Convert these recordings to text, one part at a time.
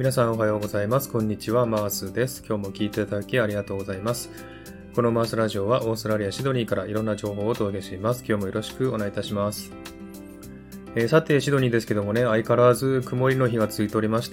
皆さんおはようございます。こんにちは、マースです。今日も聞いていただきありがとうございます。このマースラジオはオーストラリア・シドニーからいろんな情報をお届けします。今日もよろしくお願いいたします。さて、シドニーですけどもね、相変わらず曇りの日が続いておりまして、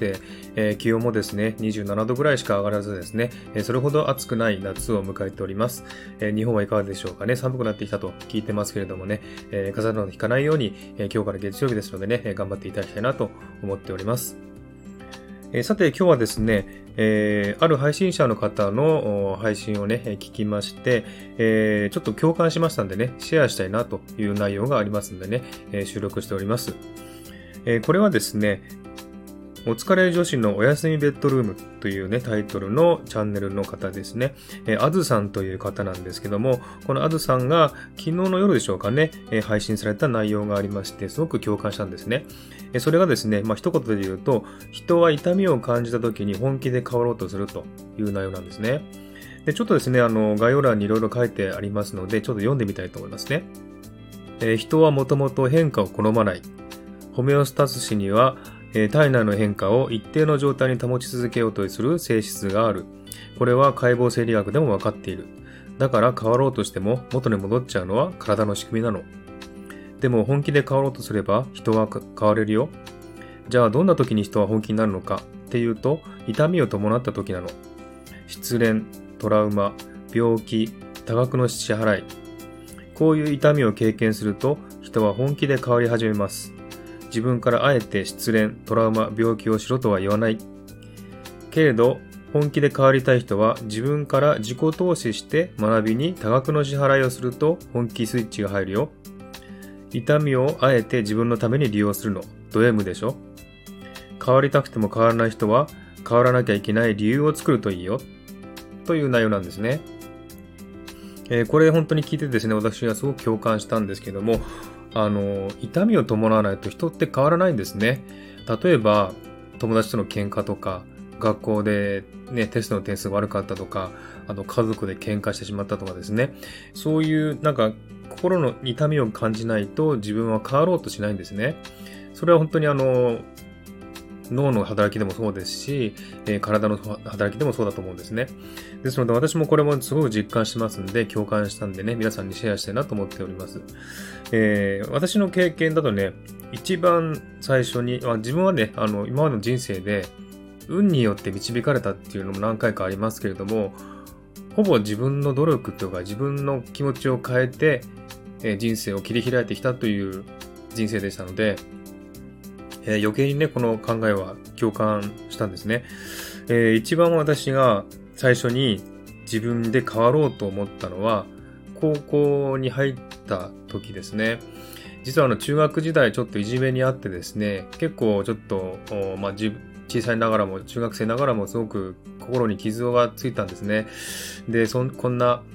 気温もですね、27度ぐらいしか上がらずですね、それほど暑くない夏を迎えております。日本はいかがでしょうかね、寒くなってきたと聞いてますけれどもね、風邪などひかないように、今日から月曜日ですのでね、頑張っていただきたいなと思っております。さて今日はですね、ある配信者の方の配信をね、聞きまして、ちょっと共感しましたんでね、シェアしたいなという内容がありますんでね、収録しております。これはですね、お疲れ女子のおやすみベッドルームというね、タイトルのチャンネルの方ですね。あずさんという方なんですけども、このあずさんが昨日の夜でしょうかね、配信された内容がありまして、すごく共感したんですね。それがですね、一言で言うと、人は痛みを感じた時に本気で変わろうとするという内容なんですね。で、ちょっとですね、概要欄にいろいろ書いてありますので、ちょっと読んでみたいと思いますね。人はもともと変化を好まない。ホメオスタシスには、体内の変化を一定の状態に保ち続けようとする性質がある。これは解剖生理学でも分かっている。だから変わろうとしても元に戻っちゃうのは体の仕組みなの。でも本気で変わろうとすれば人は変われるよ。じゃあどんな時に人は本気になるのかっていうと、痛みを伴った時なの。失恋、トラウマ、病気、多額の支払い。こういう痛みを経験すると人は本気で変わり始めます。自分からあえて失恋、トラウマ、病気をしろとは言わない。けれど、本気で変わりたい人は自分から自己投資して学びに多額の支払いをすると本気スイッチが入るよ。痛みをあえて自分のために利用するの。ド M でしょ。変わりたくても変わらない人は変わらなきゃいけない理由を作るといいよ。という内容なんですね。これ本当に聞いてですね、私はすごく共感したんですけども、痛みを伴わないと人って変わらないんですね。例えば、友達との喧嘩とか、学校でね、テストの点数が悪かったとか、家族で喧嘩してしまったとかですね。そういう心の痛みを感じないと自分は変わろうとしないんですね。それは本当に脳の働きでもそうですし、体の働きでもそうだと思うんですね。ですので私もこれもすごく実感してますんで、共感したんでね、皆さんにシェアしたいなと思っております。私の経験だとね、一番最初に、自分はね、今までの人生で、運によって導かれたっていうのも何回かありますけれども、ほぼ自分の努力とか自分の気持ちを変えて、人生を切り開いてきたという人生でしたので、余計にね、この考えは共感したんですね。一番私が最初に自分で変わろうと思ったのは、高校に入った時ですね。実は中学時代ちょっといじめにあってですね、結構ちょっと、小さいながらも、中学生ながらもすごく心に傷がついたんですね。で、こんな、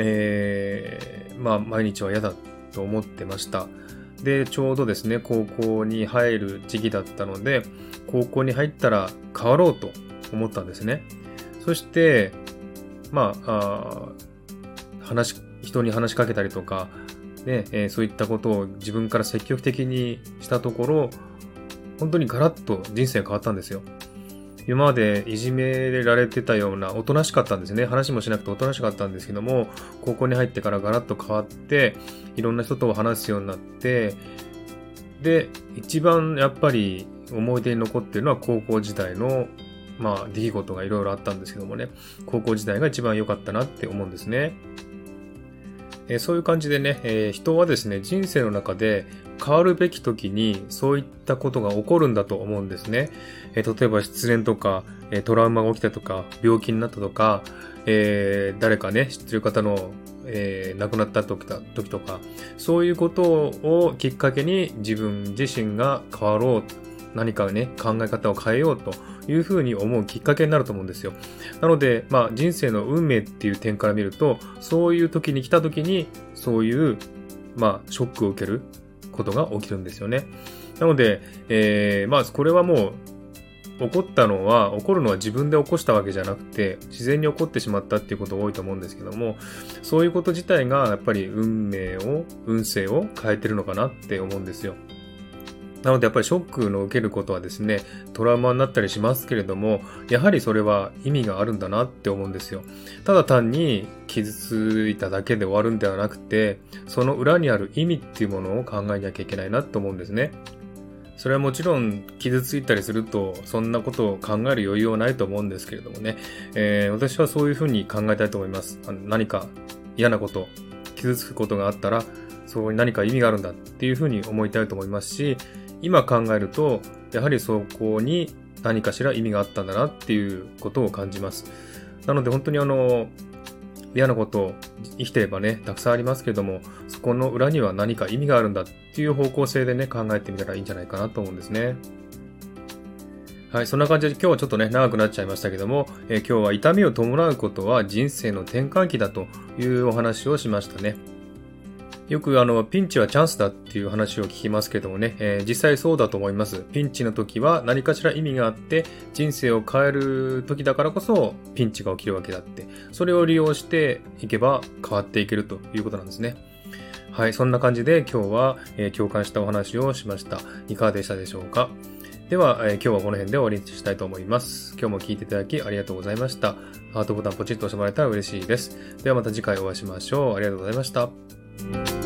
毎日は嫌だと思ってました。で、ちょうどですね、高校に入る時期だったので、高校に入ったら変わろうと思ったんですね。そして、人に話しかけたりとか、ね、そういったことを自分から積極的にしたところ、本当にガラッと人生が変わったんですよ。今までいじめられてたような、おとなしかったんですね。話もしなくておとなしかったんですけども、高校に入ってからガラッと変わって、いろんな人と話すようになって、で、一番やっぱり思い出に残っているのは高校時代の、出来事がいろいろあったんですけどもね、高校時代が一番良かったなって思うんですね。そういう感じでね、人はですね、人生の中で変わるべき時にそういったことが起こるんだと思うんですね。例えば失恋とか、トラウマが起きたとか、病気になったとか、誰かね、知ってる方の、亡くなった時とか、そういうことをきっかけに自分自身が変わろう、何かね、考え方を変えようというふうに思うきっかけになると思うんですよ。なので、人生の運命っていう点から見ると、そういう時に来た時に、そういう、ショックを受けることが起きるんですよね。なので、これはもう、起こるのは自分で起こしたわけじゃなくて、自然に起こってしまったっていうことが多いと思うんですけども、そういうこと自体がやっぱり運勢を変えてるのかなって思うんですよ。 なのでやっぱりショックの受けることはですね、トラウマになったりしますけれども、やはりそれは意味があるんだなって思うんですよ。ただ単に傷ついただけで終わるんではなくて、その裏にある意味っていうものを考えなきゃいけないなと思うんですね。それはもちろん傷ついたりするとそんなことを考える余裕はないと思うんですけれどもね、私はそういうふうに考えたいと思います。何か嫌なこと、傷つくことがあったら、そこに何か意味があるんだっていうふうに思いたいと思いますし、今考えるとやはりそこに何かしら意味があったんだなっていうことを感じます。なので本当に嫌なこと生きてればね、たくさんありますけれども、そこの裏には何か意味があるんだっていう方向性でね、考えてみたらいいんじゃないかなと思うんですね。はい、そんな感じで今日はちょっとね、長くなっちゃいましたけども、今日は痛みを伴うことは人生の転換期だというお話をしましたね。よくピンチはチャンスだっていう話を聞きますけどもね、実際そうだと思います。ピンチの時は何かしら意味があって人生を変える時だからこそピンチが起きるわけだって、それを利用していけば変わっていけるということなんですね。はい、そんな感じで今日は、共感したお話をしました。いかがでしたでしょうか。では、今日はこの辺で終わりにしたいと思います。今日も聞いていただきありがとうございました。ハートボタンポチッと押してもらえたら嬉しいです。ではまた次回お会いしましょう。ありがとうございました。